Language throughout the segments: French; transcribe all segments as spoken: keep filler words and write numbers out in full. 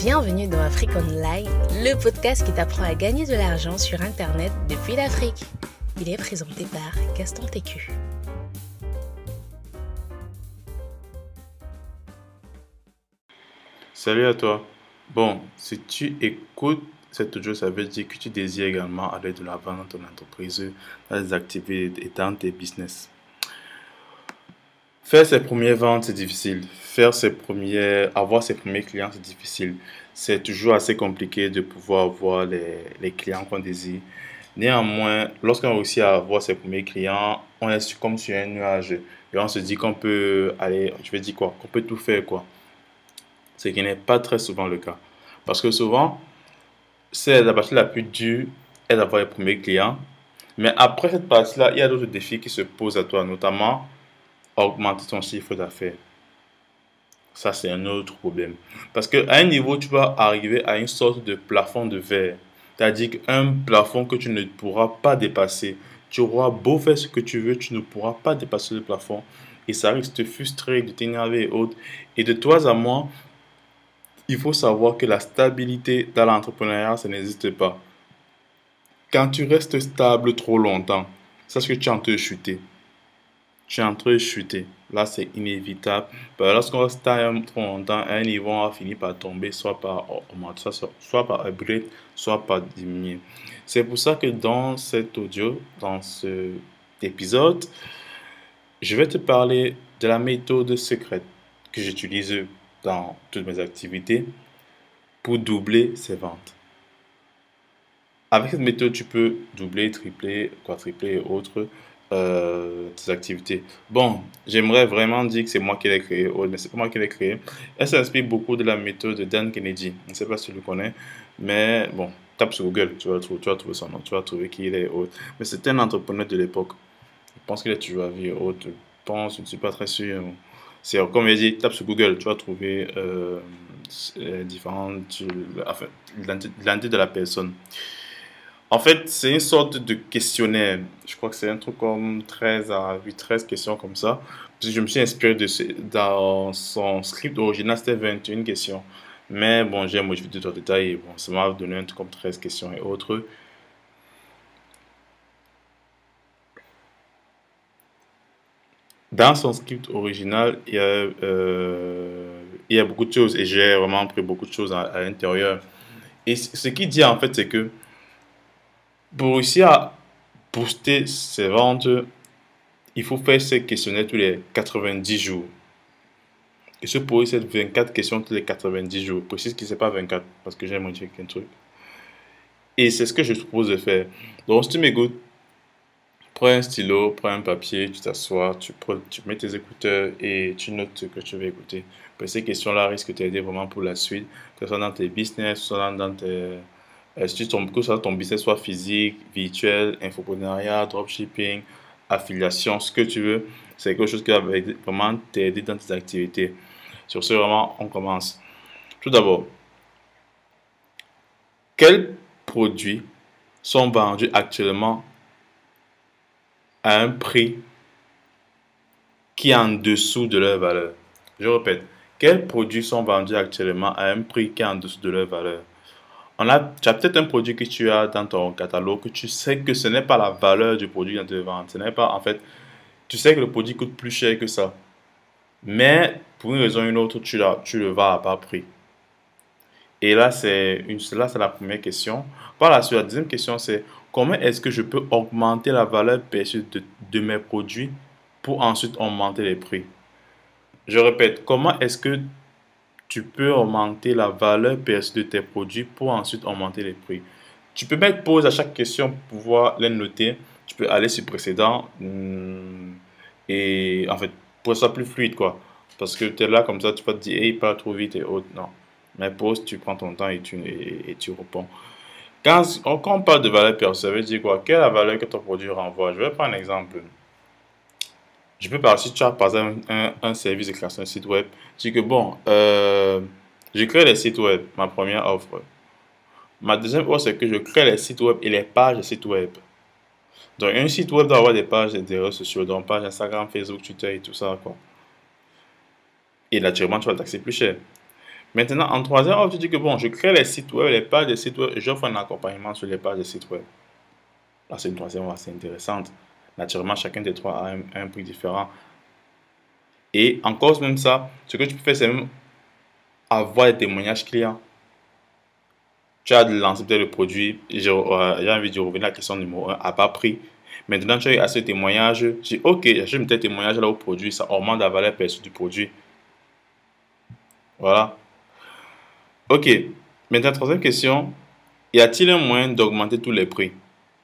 Bienvenue dans Afrique Online, le podcast qui t'apprend à gagner de l'argent sur Internet depuis l'Afrique. Il est présenté par Gaston T Q. Salut à toi. Bon, si tu écoutes cet audio, ça veut dire que tu désires également aller de l'avant dans ton entreprise, dans tes activités et dans tes business. Faire ses premières ventes, c'est difficile. Faire ses premiers, avoir ses premiers clients, c'est difficile. C'est toujours assez compliqué de pouvoir avoir les, les clients qu'on désire. Néanmoins, lorsqu'on réussit à avoir ses premiers clients, on est sur- comme sur un nuage. Et on se dit qu'on peut aller, je vais dire quoi, qu'on peut tout faire, quoi. Ce qui n'est pas très souvent le cas. Parce que souvent, c'est la partie la plus dure est d'avoir les premiers clients. Mais après cette partie-là, il y a d'autres défis qui se posent à toi, notamment augmenter ton chiffre d'affaires. Ça, c'est un autre problème. Parce qu'à un niveau, tu vas arriver à une sorte de plafond de verre. C'est-à-dire qu'un plafond que tu ne pourras pas dépasser. Tu auras beau faire ce que tu veux, tu ne pourras pas dépasser le plafond. Et ça risque de te frustrer, de t'énerver et autres. Et de toi à moi, il faut savoir que la stabilité dans l'entrepreneuriat, ça n'existe pas. Quand tu restes stable trop longtemps, sache que tu es en train de chuter. Tu es en train de chuter. Là, c'est inévitable. Ben, lorsqu'on reste stable trop longtemps, à un niveau, on va finir par tomber, soit par augmenter, soit, soit par upgrade, soit par diminuer. C'est pour ça que dans cet audio, dans cet épisode, je vais te parler de la méthode secrète que j'utilise dans toutes mes activités pour doubler ses ventes. Avec cette méthode, tu peux doubler, tripler, quadrupler et autres euh, tes activités. Bon, j'aimerais vraiment dire que c'est moi qui l'ai créé, oh, mais c'est pas moi qui l'ai créé. Elle s'inspire beaucoup de la méthode de Dan Kennedy. Je ne sais pas si tu le connais, mais bon, tape sur Google, tu vas trouver, tu vas trouver son nom, tu vas trouver qui il est et autres. Mais c'était un entrepreneur de l'époque. Je pense qu'il est toujours à vie et autres. Je pense, je ne suis pas très sûr. C'est comme il dit, tape sur Google, tu vas trouver euh, euh, différentes, enfin, l'identité de la personne. En fait, c'est une sorte de questionnaire. Je crois que c'est un truc comme treize à huit, treize questions comme ça. Puis je me suis inspiré de ce, dans son script original, c'était vingt et une questions. Mais bon, j'ai modifié d'autres détails et bon, ça m'a donné un truc comme treize questions et autres. Dans son script original, il y a, euh, il y a beaucoup de choses et j'ai vraiment pris beaucoup de choses à, à l'intérieur. Et c- ce qu'il dit en fait, c'est que pour réussir à booster ses ventes, il faut faire ces questionnaires tous les quatre-vingt-dix jours. Et se poser ces vingt-quatre questions tous les quatre-vingt-dix jours. Précise que ce n'est pas vingt-quatre parce que j'ai modifié un truc. Et c'est ce que je te propose de faire. Donc, si tu m'écoutes, prends un stylo, prends un papier, tu t'assois, tu, prends- tu mets tes écouteurs et tu notes ce que tu veux écouter. Parce que ces questions-là risquent de t'aider vraiment pour la suite, que ce soit dans tes business, que ce soit dans tes, euh, si tu tombes- que ce soit ton business soit physique, virtuel, infoprenariat, dropshipping, affiliation, ce que tu veux. C'est quelque chose qui va vraiment t'aider dans tes activités. Sur ce, vraiment, on commence. Tout d'abord, quels produits sont vendus actuellement à un prix qui est en dessous de leur valeur? Je répète, quels produits sont vendus actuellement à un prix qui est en dessous de leur valeur? On a, tu as peut-être un produit que tu as dans ton catalogue que tu sais que ce n'est pas la valeur du produit dans te vendre. Ce n'est pas, en fait, tu sais que le produit coûte plus cher que ça. Mais pour une raison ou une autre, tu, la- tu le vas à bas prix. Et là, c'est une, là, c'est la première question. Par la suite, la deuxième question, c'est comment est-ce que je peux augmenter la valeur perçue de, de mes produits pour ensuite augmenter les prix? Je répète, comment est-ce que tu peux augmenter la valeur perçue de tes produits pour ensuite augmenter les prix? Tu peux mettre pause à chaque question pour pouvoir les noter. Tu peux aller sur précédent hum, et en fait, pour que ça soit plus fluide, quoi. Parce que tu es là comme ça, tu vas te dire, hey, pas trop vite et autres. Non. Mais pause, tu prends ton temps et tu, et, et tu réponds. Quand, on- quand on parle de valeur perçue, ça veut dire quoi? Quelle est la valeur que ton produit renvoie? Je vais prendre un exemple. Je peux parler, si tu as par exemple un, un service de création de site web, tu dis que bon, euh, je crée les sites web, ma première offre. Ma deuxième offre, c'est que je crée les sites web et les pages de sites web. Donc, un site web doit avoir des pages des réseaux sociaux, donc page Instagram, Facebook, Twitter et tout ça, quoi. Et naturellement, tu vas taxer plus cher. Maintenant, en troisième, oh, tu dis que bon, je crée les sites web, les pages des sites web, et j'offre un accompagnement sur les pages des sites web. Là, c'est une troisième voie assez intéressante. Naturellement, chacun des trois a un, un prix différent. Et en cause même ça, ce que tu peux faire, c'est même avoir des témoignages clients. Tu as lancé peut-être le produit, j'ai euh, envie de revenir à la question numéro un, à bas prix. Maintenant, tu as eu assez de témoignages, tu dis ok, j'achète peut-être témoignage là au produit, ça augmente la valeur perçue du produit. Voilà. Ok. Maintenant, troisième question, y a-t-il un moyen d'augmenter tous les prix?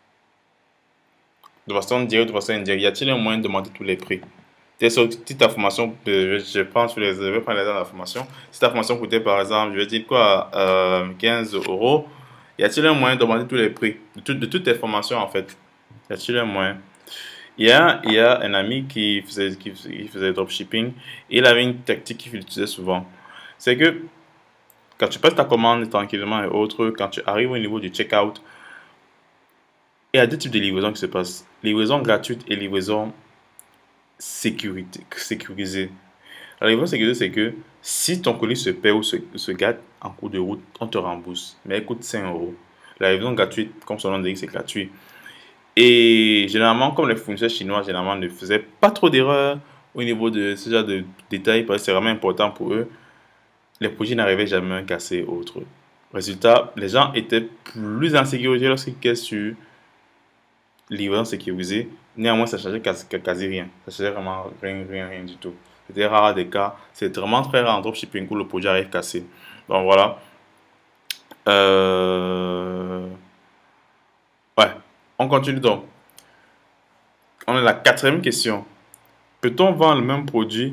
De façon directe, de façon indirecte, y a-t-il un moyen d'augmenter tous les prix? Si ta formation, euh, je prends sur les, je vais prendre les de la formation. Si ta formation coûtait par exemple, je vais dire quoi, euh, quinze euros, y a-t-il un moyen d'augmenter tous les prix de, tout- de toutes tes formations en fait? Y a-t-il un moyen? Il y a, il y a un ami qui faisait, qui, faisait qui faisait dropshipping et il avait une tactique qu'il utilisait souvent. C'est que quand tu passes ta commande tranquillement et autres, quand tu arrives au niveau du checkout, il y a deux types de livraisons qui se passent. Livraison gratuite et livraison sécurité, sécurisée. La livraison sécurisée, c'est que si ton colis se perd ou se, se gâte en cours de route, on te rembourse. Mais elle coûte cinq euros. La livraison gratuite, comme son nom l'indique, c'est gratuit. Et généralement, comme les fournisseurs chinois, généralement, ne faisaient pas trop d'erreurs au niveau de ce genre de détails, parce que c'est vraiment important pour eux, les produits n'arrivaient jamais cassés ou autre. Résultat, les gens étaient plus en sécurité lorsqu'ils caissent sur livraison sécurisée. Néanmoins, ça ne changeait quasi, quasi rien. Ça ne changeait vraiment rien, rien, rien du tout. C'était rare des cas. C'est vraiment très rare en dropshipping où le produit arrive cassé. Donc voilà. Euh... Ouais. On continue donc. On a la quatrième question. Peut-on vendre le même produit,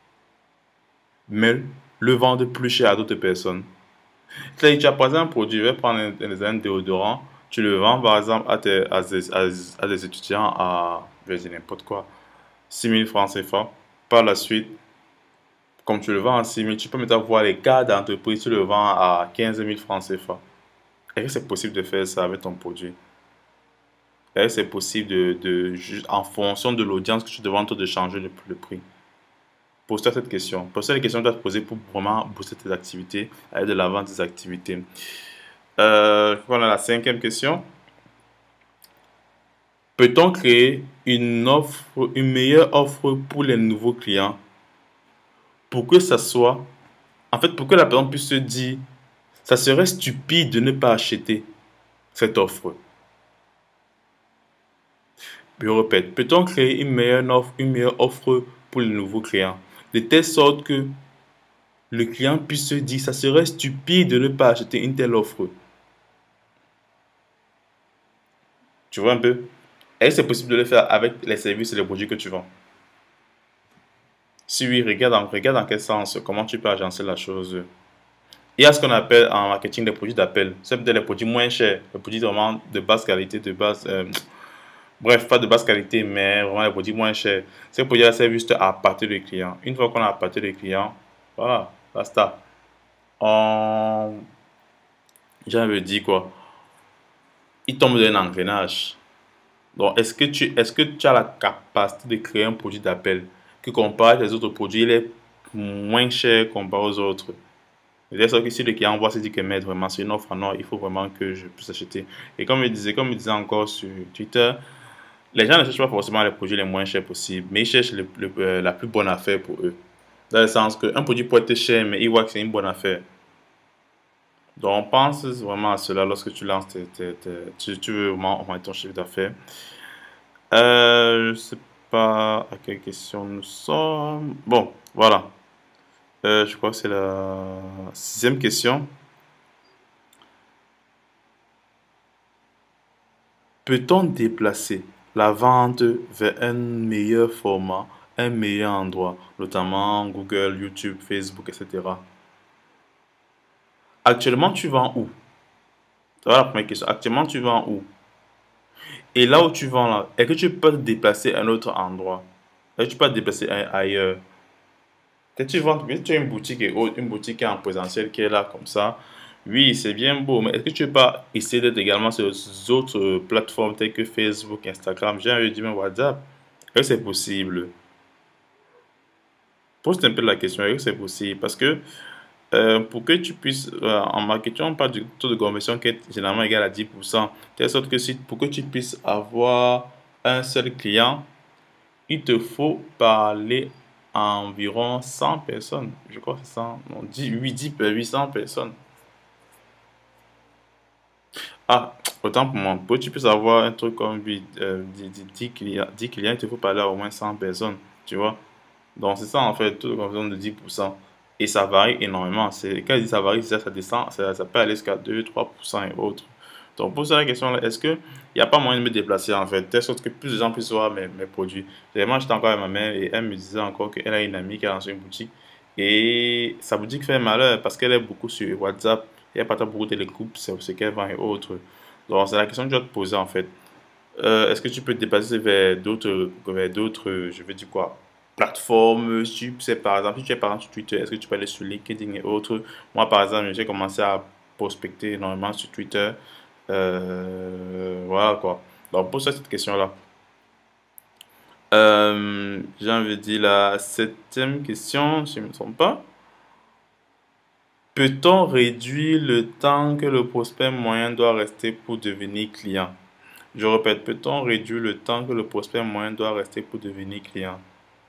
mais le vendre plus cher à d'autres personnes? C'est-à-dire, tu as par exemple un produit, je vais prendre un, un, un déodorant, tu le vends par exemple à, tes, à, des, à, à des étudiants à, je vais dire n'importe quoi, six mille francs C F A. Par la suite, comme tu le vends à six mille, tu peux maintenant voir les cas d'entreprise, tu le vends à quinze mille francs C F A. Est-ce que c'est possible de faire ça avec ton produit? Est-ce que c'est possible de, de, en fonction de l'audience que tu te vends, de changer le, le prix? Pose-toi cette question. Pose-toi les questions que tu dois te poser pour vraiment booster tes activités, aller de l'avant tes activités. Euh, voilà la cinquième question. Peut-on créer une offre, une meilleure offre pour les nouveaux clients pour que ça soit, en fait, pour que la personne puisse se dire, ça serait stupide de ne pas acheter cette offre. Je répète, peut-on créer une meilleure offre, une meilleure offre pour les nouveaux clients de telle sorte que le client puisse se dire, ça serait stupide de ne pas acheter une telle offre. Tu vois un peu? Est-ce que c'est possible de le faire avec les services et les produits que tu vends? Si oui, regarde en, regarde dans quel sens, comment tu peux agencer la chose. Il y a ce qu'on appelle en marketing des produits d'appel. C'est peut-être les produits moins chers, les produits vraiment de basse qualité, de base, euh, bref, pas de basse qualité, mais vraiment les produits moins chers. Ces produits-là servent juste à appâter le client. Une fois qu'on a appâté le client, voilà, basta. On... J'ai envie de dire quoi? Il tombe d'un engrenage. Donc, est-ce que tu, est-ce que tu as la capacité de créer un produit d'appel que comparé à les autres produits, il est moins cher comparé aux autres? C'est ça que si le client voit, se dit que mais vraiment c'est une offre en or, il faut vraiment que je puisse acheter. Et comme je disais, comme je disais encore sur Twitter, les gens ne cherchent pas forcément les produits les moins chers possibles, mais ils cherchent le, le, euh, la plus bonne affaire pour eux. Dans le sens qu'un produit peut être cher, mais ils voient que c'est une bonne affaire. Donc, on pense vraiment à cela lorsque tu lances, tes, tes, tes, tu, tu veux vraiment augmenter ton chiffre d'affaires. Euh, je ne sais pas à quelle question nous sommes. Bon, voilà. Euh, je crois que c'est la sixième question. Peut-on déplacer la vente vers un meilleur format, un meilleur endroit, notamment Google, YouTube, Facebook, et cetera. Actuellement, tu vends où? Voilà la première question. Actuellement, tu vends où? Et là où tu vends là, est-ce que tu peux te déplacer à un autre endroit? Est-ce que tu peux te déplacer ailleurs? Peut-être tu vends, tu as une boutique et autre, une boutique en présentiel qui est là comme ça. Oui, c'est bien beau, mais est-ce que tu peux pas essayer d'être également sur d'autres plateformes telles que Facebook, Instagram, j'ai envie de dire même WhatsApp? Est-ce que c'est possible? Pose un peu la question, est-ce que c'est possible? Parce que Euh, pour que tu puisses, euh, en marketing, on parle du taux de conversion qui est généralement égal à dix pour cent. De telle sorte que si, pour que tu puisses avoir un seul client, il te faut parler à environ cent personnes. Je crois que c'est cent, non, dix, huit, dix, huit cents personnes. Ah, autant pour moi. Pour que tu puisses avoir un truc comme huit, euh, dix, dix- dix clients, dix clients, il te faut parler à au moins cent personnes. Tu vois? Donc, c'est ça, en fait, taux de conversion de dix pour cent. Et ça varie énormément. C'est, quand je dis ça varie, c'est ça, ça descend, ça, ça peut aller jusqu'à deux trois pour cent et autres. Donc, pour ça, la question là, est-ce qu'il n'y a pas moyen de me déplacer, en fait, de telle sorte que plus de gens puissent voir mes, mes produits. Vraiment, j'étais encore avec ma mère et elle me disait encore qu'elle a une amie qui a lancé une boutique. Et sa boutique fait malheur parce qu'elle est beaucoup sur WhatsApp et elle partage beaucoup de groupes, c'est ce qu'elle vend et autres. Donc, c'est la question que je dois te poser, en fait. Euh, est-ce que tu peux te déplacer vers d'autres, vers d'autres, je veux dire quoi, plateformes, si tu sais, par exemple, si tu es par exemple sur Twitter, est-ce que tu peux aller sur LinkedIn et autres? Moi, par exemple, j'ai commencé à prospecter énormément sur Twitter. Euh, voilà quoi. Donc, pour ça, cette question-là. Euh, j'ai envie de dire la septième question, si je ne me trompe pas. Peut-on réduire le temps que le prospect moyen doit rester pour devenir client? Je répète, peut-on réduire le temps que le prospect moyen doit rester pour devenir client?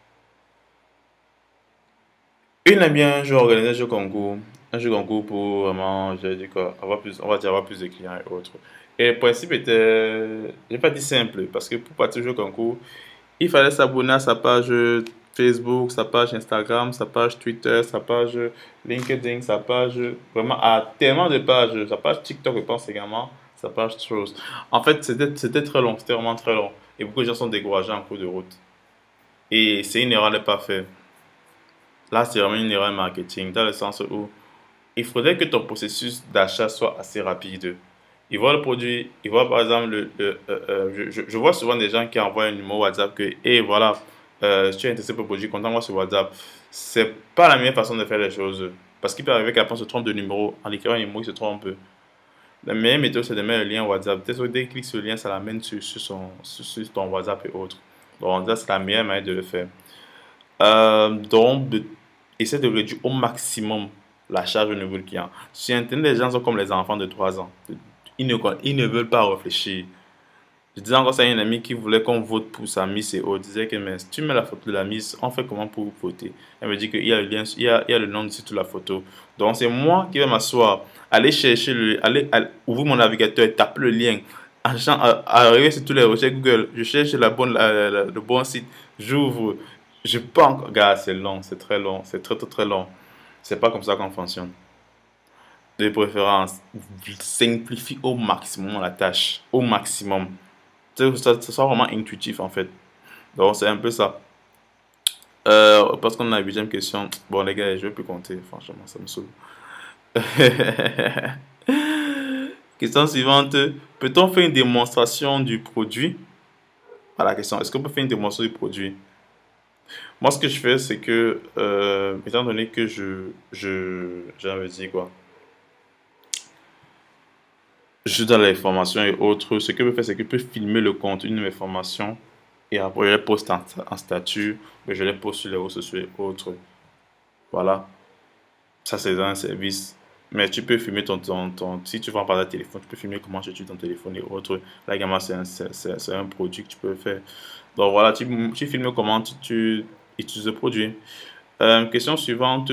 Il aime bien un jeu organisé, un jeu concours. Un jeu concours pour vraiment, j'ai dit quoi, avoir plus, on va dire avoir plus de clients et autres. Et le principe était, j'ai pas dit simple, parce que pour partir au jeu concours, il fallait s'abonner à sa page Facebook, sa page Instagram, sa page Twitter, sa page LinkedIn, sa page, vraiment à tellement de pages, sa page TikTok, je pense également, sa page Threads. En fait, c'était c'était très long, c'était vraiment très long. Et beaucoup de gens sont découragés en cours de route. Et c'est une erreur à ne pas faire. Là, c'est vraiment une erreur marketing, dans le sens où il faudrait que ton processus d'achat soit assez rapide. Ils voient le produit, ils voient par exemple, le, le- euh, euh, je, je- je vois souvent des gens qui envoient un numéro WhatsApp que, et voilà, euh, si tu es intéressé pour le produit, contacte-moi sur WhatsApp. C'est pas la meilleure façon de faire les choses. Parce qu'il peut arriver qu'après on se trompe de numéro, en écrivant un numéro, il se trompe. La meilleure méthode, c'est de mettre le lien WhatsApp. Dès dès qu'il clique sur le lien, ça l'amène sur, sur, son, sur, sur ton WhatsApp et autres. Donc, ça, c'est la meilleure manière de le faire. Euh, donc, de- essaie de réduire au maximum la charge au niveau du client. Sur Internet, les gens sont comme les enfants de trois ans. Ils ne, ils ne veulent pas réfléchir. Je disais encore ça à une amie qui voulait qu'on vote pour sa miss et autres. Je disais que mais si tu mets la photo de la miss, on fait comment pour voter? Elle me dit qu'il y a le lien, il y a, il y a le nom dessus sous la photo. Donc c'est moi qui vais m'asseoir, aller chercher le, aller, aller- ouvrir mon navigateur et taper le lien. En cherchant à- à arriver sur tous les recherches Google, je cherche la bonne, la- la- le bon site, j'ouvre. Je peux encore. Regarde, c'est long, c'est très long, c'est très très très long. C'est pas comme ça qu'on fonctionne. De préférence, simplifie au maximum la tâche, au maximum. Tu sais, ça, ça soit vraiment intuitif en fait. Donc c'est un peu ça. Euh, parce qu'on a la huitième question. Bon les gars, je vais plus compter, franchement, ça me saoule. Question suivante. Peut-on faire une démonstration du produit? À la question, est-ce qu'on peut faire une démonstration du produit? Moi, ce que je fais, c'est que, euh, étant donné que je, je, j'ai envie de dire quoi, je suis dans les formations et autres, ce que je peux faire, c'est que je peux filmer le contenu de mes formations et après, je les poste en, en statut, mais je les poste sur les réseaux sociaux et autres. Voilà. Ça, c'est un service. Mais tu peux filmer ton, ton, ton- si tu vends par le téléphone, tu peux filmer comment tu utilises ton téléphone et autres. Là également, c'est un, c'est, c'est- c'est un produit que tu peux faire. Donc voilà, tu, tu filmes comment tu, tu utilises le produit. Euh, question suivante.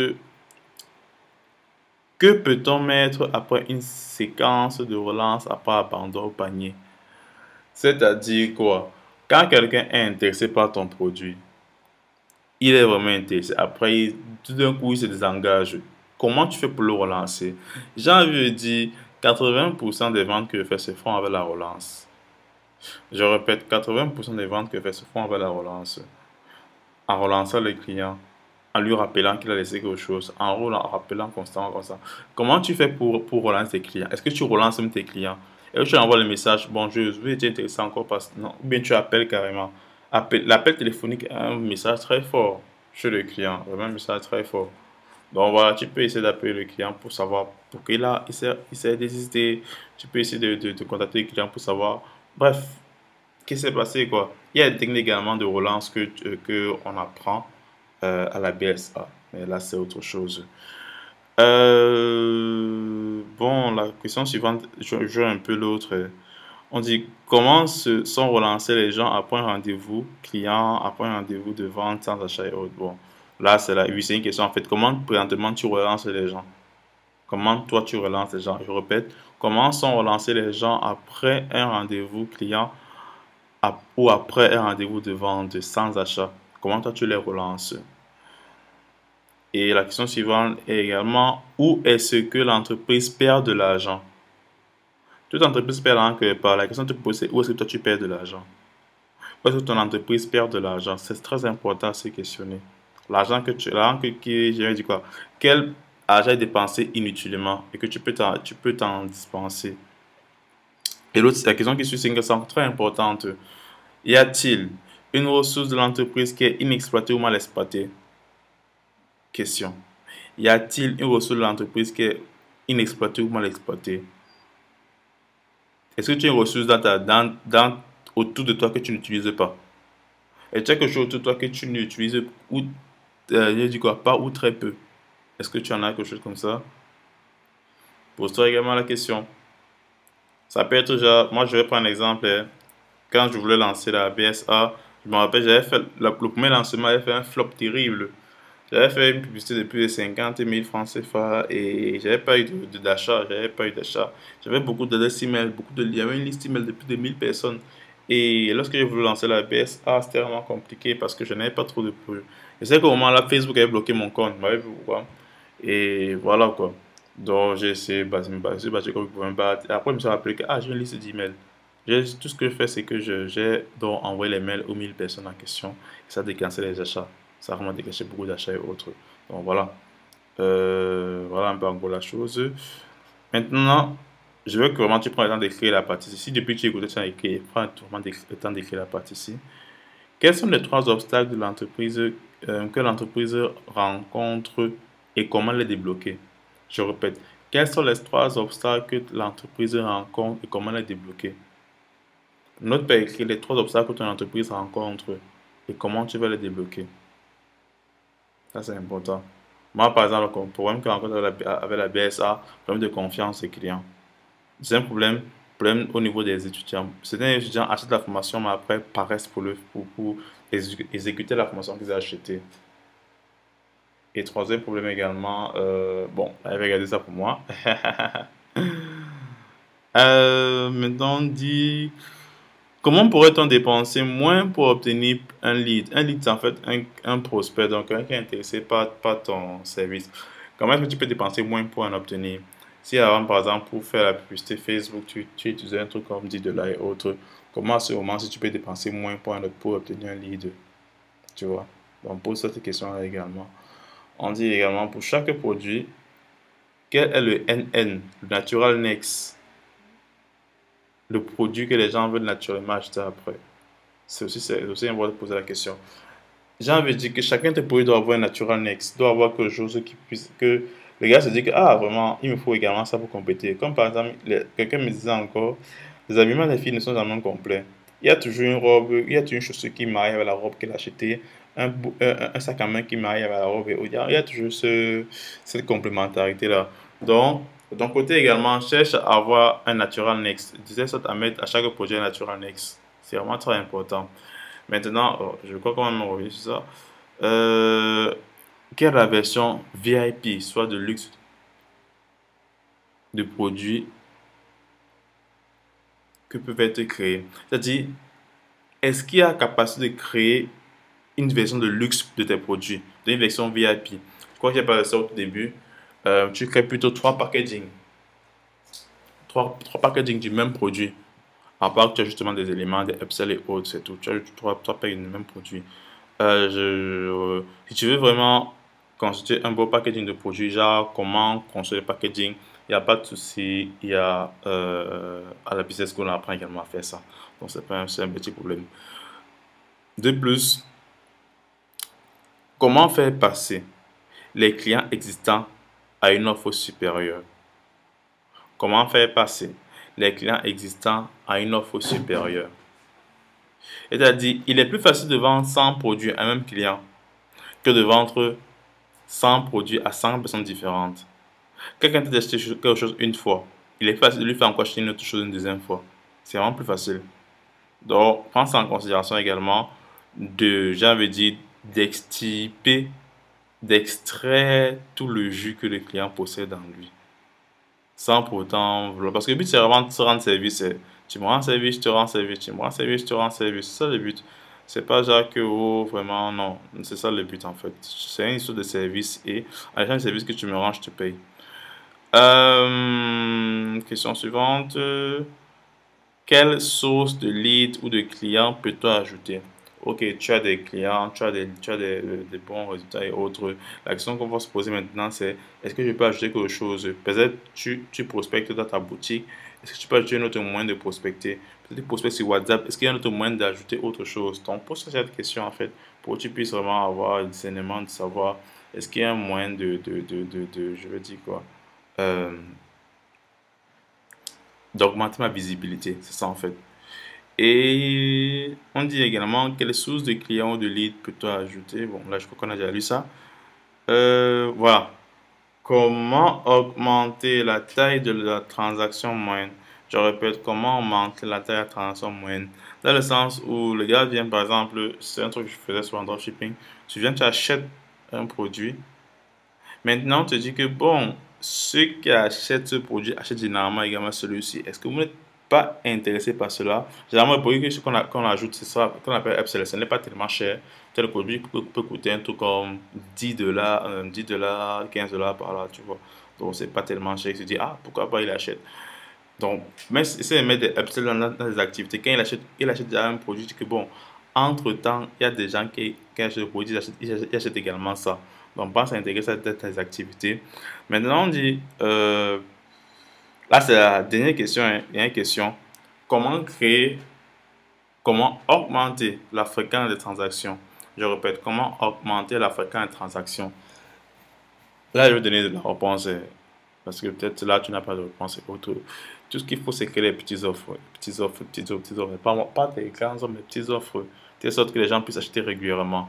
Que peut-on mettre après une séquence de relance après abandon au panier? C'est-à-dire quoi? Quand quelqu'un est intéressé par ton produit, il est vraiment intéressé. Après, il- tout d'un coup, il se désengage. Comment tu fais pour le relancer? J'ai envie de dire, quatre-vingts pour cent des ventes que je fais se font avec la relance. Je répète, quatre-vingts pour cent des ventes que je fais se font avec la relance. En relançant le client, en lui rappelant qu'il a laissé quelque chose, en roulant, en rappelant constamment comme ça. Comment tu fais pour, pour relancer tes clients? Est-ce que tu relances même tes clients? Et tu envoies le message, bonjour, je vais être intéressé encore parce que non, ou bien tu appelles carrément. Appel- L'appel téléphonique est un message très fort chez le client, vraiment un message très fort. Donc voilà, tu peux essayer d'appeler le client pour savoir, pour qu'il a, il s'est il s'est désisté. Tu peux essayer de, de, de contacter le client pour savoir. Bref, qu'est-ce qui s'est passé quoi? Il y a des techniques également de relance que, euh, que on apprend euh, à la B S A. Mais là, c'est autre chose. Euh, bon, la question suivante, je joue un peu l'autre. On dit comment se sont relancés les gens après un rendez-vous client, après un rendez-vous de vente sans achat et autres. Bon, là, c'est la, oui, c'est une question en fait. Comment présentement tu relances les gens? Comment toi tu relances les gens? Je répète, comment sont relancés les gens après un rendez-vous client ap- ou après un rendez-vous de vente sans achat? Comment toi tu les relances? Et la question suivante est également, où est-ce que l'entreprise perd de l'argent? Toute entreprise perd de l'argent quelque part. La question que tu te poses, c'est où est-ce que toi tu perds de l'argent? Où est-ce que ton entreprise perd de l'argent? C'est très important à se questionner. L'argent que tu, l'argent que, qui, je vais dire quoi? Quel argent est dépensé inutilement et que tu peux t'en, tu peux t'en dispenser? Et l'autre, la question qui suit, c'est une question très importante. Y a-t-il une ressource de l'entreprise qui est inexploitée ou mal exploitée? Question. Y a-t-il une ressource de l'entreprise qui est inexploitée ou mal exploitée? Est-ce que tu as une ressource dans ta, dans, dans, autour de toi que tu n'utilises pas? Et tu as quelque chose autour de toi que tu n'utilises ou, euh, je dis quoi, pas ou très peu? Est-ce que tu en as quelque chose comme ça? Pose-toi également la question. Ça peut être genre, moi je vais prendre un exemple. Hein. Quand je voulais lancer la B S A, je me rappelle, j'avais fait, la- le premier lancement, j'avais fait un flop terrible. J'avais fait une publicité de plus de cinquante mille francs C F A et j'avais pas eu de- de- d'achat, j'avais pas eu d'achat. J'avais beaucoup d'adresses email, beaucoup de liens, une liste email de plus de mille personnes. Et lorsque j'ai voulu lancer la B S A, c'était vraiment compliqué parce que je n'avais pas trop de produits. Je sais qu'au moment là, Facebook avait bloqué mon compte, vous m'avez vu pourquoi. Et voilà quoi. Donc j'ai essayé de me battre, battu comme je pouvais me battre. Et après, je me suis rappelé que ah, j'ai une liste d'emails. J'ai- Tout ce que je fais, c'est que je- j'ai donc envoyé les mails aux mille personnes en question. Et ça déclenchait les achats. Ça a vraiment déclenché beaucoup d'achats et autres. Donc voilà. Euh, voilà un peu en gros la chose. Maintenant, je veux que vraiment tu prends le temps d'écrire la partie ici. Si depuis que tu écoutes, tu as écrit, prends vraiment le temps d'écrire la partie ici. Quels sont les trois obstacles de l'entreprise euh, que l'entreprise rencontre et comment les débloquer? Je répète, quels sont les trois obstacles que l'entreprise rencontre et comment les débloquer? Note par écrit les trois obstacles que ton entreprise rencontre et comment tu vas les débloquer. Ça, c'est important. Moi, par exemple, le problème que je rencontre avec la, avec la B S A, problème de confiance des clients. C'est un problème, problème au niveau des étudiants. Certains étudiants achètent la formation, mais après paraissent pour, le, pour, pour exé- exécuter la formation qu'ils ont achetée. Et troisième problème également, euh, bon, elle va regarder ça pour moi. Euh, maintenant, on dit, comment pourrait-on dépenser moins pour obtenir un lead? Un lead, c'est en fait un, un prospect, donc quelqu'un qui est intéressé par, par ton service. Comment est-ce que tu peux dépenser moins pour en obtenir? Si avant, par exemple, pour faire la publicité Facebook, tu, tu utilisais un truc comme dix dollars et autres, comment à ce moment, si tu peux dépenser moins pour, en- pour obtenir un lead? Tu vois? Donc, pose cette question-là également. On dit également pour chaque produit, quel est le N N, le Natural Next, le produit que les gens veulent naturellement acheter après. C'est aussi, c'est aussi important de poser la question. J'ai envie de dire que chacun de tes produits doit avoir un Natural Next, doit avoir quelque chose qui puisse, que le gars se dit que, ah, vraiment, il me faut également ça pour compléter. Comme par exemple, les- quelqu'un me disait encore, les habillements des filles ne sont jamais complets. Il y a toujours une robe, il y a toujours une chaussure qui marie avec la robe qu'elle a achetée, un, bou- un, un sac à main qui marie avec la robe. Et il y a, il y a toujours ce, cette complémentarité-là. Donc, de ton côté également, cherche à avoir un Natural Next. Disais ça à mettre à chaque projet un Natural Next. C'est vraiment très important. Maintenant, oh, je crois quand même revenir sur ça. Euh, quelle est la version V I P, soit de luxe de produits que peuvent être créés? C'est-à-dire, est-ce qu'il y a la capacité de créer une version de luxe de tes produits, une version V I P? Je crois que j'ai parlé de ça au tout début. Euh, tu crées plutôt trois packaging, trois, trois packaging du même produit. À part que tu as justement des éléments, des upsells et autres, c'est tout. Tu as trois, trois packaging du même produit. Euh, je, euh, si tu veux vraiment constituer un beau packaging de produits, genre comment construire le packaging, il n'y a pas de souci. Il y a euh, à la business school, on apprend également à faire ça. Donc, c'est pas un, c'est un petit problème. De plus, comment faire passer les clients existants à une offre supérieure? Comment faire passer les clients existants à une offre supérieure? C'est-à-dire, il est plus facile de vendre cent produits à un même client que de vendre cent produits à cent personnes différentes. Quelqu'un t'a acheté quelque chose une fois, il est facile de lui faire encore acheter une autre chose une deuxième fois. C'est vraiment plus facile. Donc, prends ça en considération également de, j'avais dit, d'extirper, d'extraire tout le jus que le client possède en lui. Sans pour autant vouloir. Parce que le but, c'est vraiment de se rendre service. C'est, tu me rends service, je te rends service, tu me rends service, je te rends service. C'est ça le but. C'est pas genre que, oh, vraiment, non. C'est ça le but, en fait. C'est une histoire de service et à la fin du service que tu me rends, je te paye. Euh, question suivante. Quelle source de lead ou de clients peux-tu ajouter? Ok, tu as des clients, tu as des, tu as des, des bons résultats et autres. La question qu'on va se poser maintenant, c'est est-ce que je peux ajouter quelque chose? Peut-être tu, tu prospectes dans ta boutique. Est-ce que tu peux ajouter un autre moyen de prospecter? Peut-être tu prospectes sur WhatsApp. Est-ce qu'il y a un autre moyen d'ajouter autre chose? Donc, pose cette question en fait pour que tu puisses vraiment avoir le discernement de savoir est-ce qu'il y a un moyen de, de, de, de, de je veux dire quoi? Euh, d'augmenter ma visibilité. C'est ça en fait. Et on dit également quelle source de clients ou de leads peux-tu ajouter. Bon, là, je crois qu'on a déjà lu ça. Euh, voilà. Comment augmenter la taille de la transaction moyenne? Je répète, comment augmenter la taille de la transaction moyenne? Dans le sens où le gars vient, par exemple, c'est un truc que je faisais sur un dropshipping. Tu viens, tu achètes un produit. Maintenant, on te dit que, bon, ceux qui achètent ce produit achètent généralement également celui-ci. Est-ce que vous n'êtes pas intéressé par cela? Généralement, le produit qu'on a- qu'on ajoute, c'est ça qu'on appelle upsell. Ce n'est pas tellement cher. Tel produit peut, peut coûter un truc comme dix dollars, euh, dix dollars, quinze dollars par là, tu vois. Donc, c'est pas tellement cher. Il se dit, ah, pourquoi pas, il achète. Donc, mais essayer de mettre des upsells dans, dans dans les activités. Quand il achète, il achète déjà un produit, il dit que bon, entre-temps, il y a des gens qui, qui achètent le produit, ils achètent, ils achètent- ils achètent également ça. Donc, pense à intégrer ça dans tes activités. Maintenant, on dit, euh, là, c'est la dernière question, hein, dernière question. Comment créer, comment augmenter la fréquence des transactions? Je répète, comment augmenter la fréquence des transactions? Là, je vais donner la réponse, euh, parce que peut-être là, tu n'as pas de réponse. Et autre. Tout ce qu'il faut, c'est créer les petites offres. Petites offres, petites offres, petites offres. Pas, pas des grandes offres, mais petites offres. De telle sorte que les gens puissent acheter régulièrement.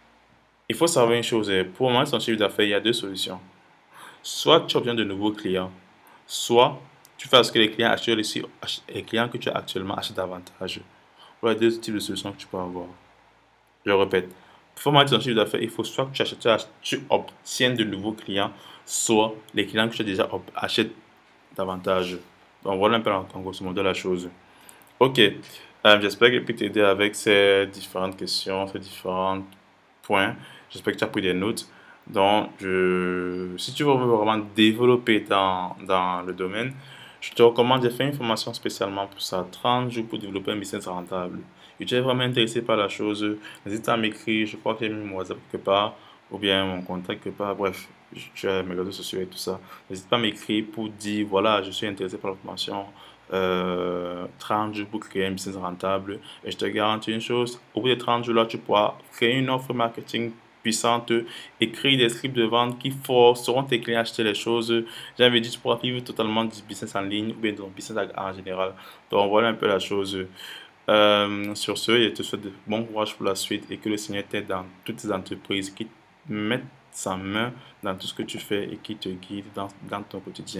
Il faut savoir une chose, euh, pour augmenter son chiffre d'affaires, il y a deux solutions. Soit tu obtiens de nouveaux clients, soit tu fais ce que les clients actuels ici, ach- les clients que tu as actuellement achètent davantage. Voilà deux types de solutions que tu peux avoir. Je répète, pour augmenter ton chiffre d'affaires, il faut soit que tu achètes, tu ach- tu obtiennes de nouveaux clients, soit les clients que tu as déjà ob- achètent davantage. Donc voilà un peu en, en grosso modo la chose. Ok, Euh, j'espère que j'ai pu t'aider avec ces différentes questions, ces différents points. J'espère que tu as pris des notes. Donc, je, si tu veux vraiment développer dans, dans le domaine, je te recommande de faire une formation spécialement pour ça, trente jours pour développer un business rentable. Et tu es vraiment intéressé par la chose, n'hésite pas à m'écrire, je crois que j'ai mis mon WhatsApp quelque part, ou bien mon contact quelque part, bref, tu as mes réseaux sociaux et tout ça. N'hésite pas à m'écrire pour dire, voilà, je suis intéressé par la formation, euh, trente jours pour créer un business rentable. Et je te garantis une chose, au bout de trente jours là, tu pourras créer une offre marketing puissante, écrire des scripts de vente qui forceront tes clients à acheter les choses. J'avais dit, tu pourras vivre totalement du business en ligne ou bien de ton business en général. Donc voilà un peu la chose. Euh, sur ce, je te souhaite de bon courage pour la suite et que le Seigneur t'aide dans toutes tes entreprises, qui mettent sa main dans tout ce que tu fais et qui te guide dans, dans ton quotidien.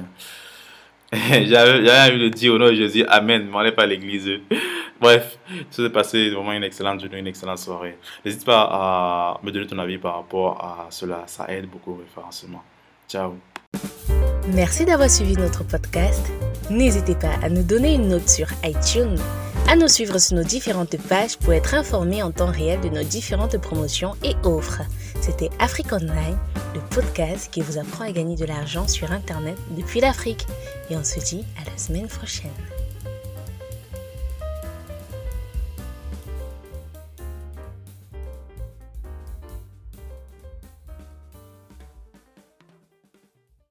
J'avais j'avais envie de dire au nom de Jésus, Amen, mais on n'est pas à l'église. Bref, tu t'es passé vraiment une excellente journée, une excellente soirée. N'hésite pas à me donner ton avis par rapport à cela, ça aide beaucoup au référencement. Ciao. Merci d'avoir suivi notre podcast. N'hésitez pas à nous donner une note sur iTunes, à nous suivre sur nos différentes pages pour être informé en temps réel de nos différentes promotions et offres. C'était Afrique Online, le podcast qui vous apprend à gagner de l'argent sur Internet depuis l'Afrique. Et on se dit à la semaine prochaine.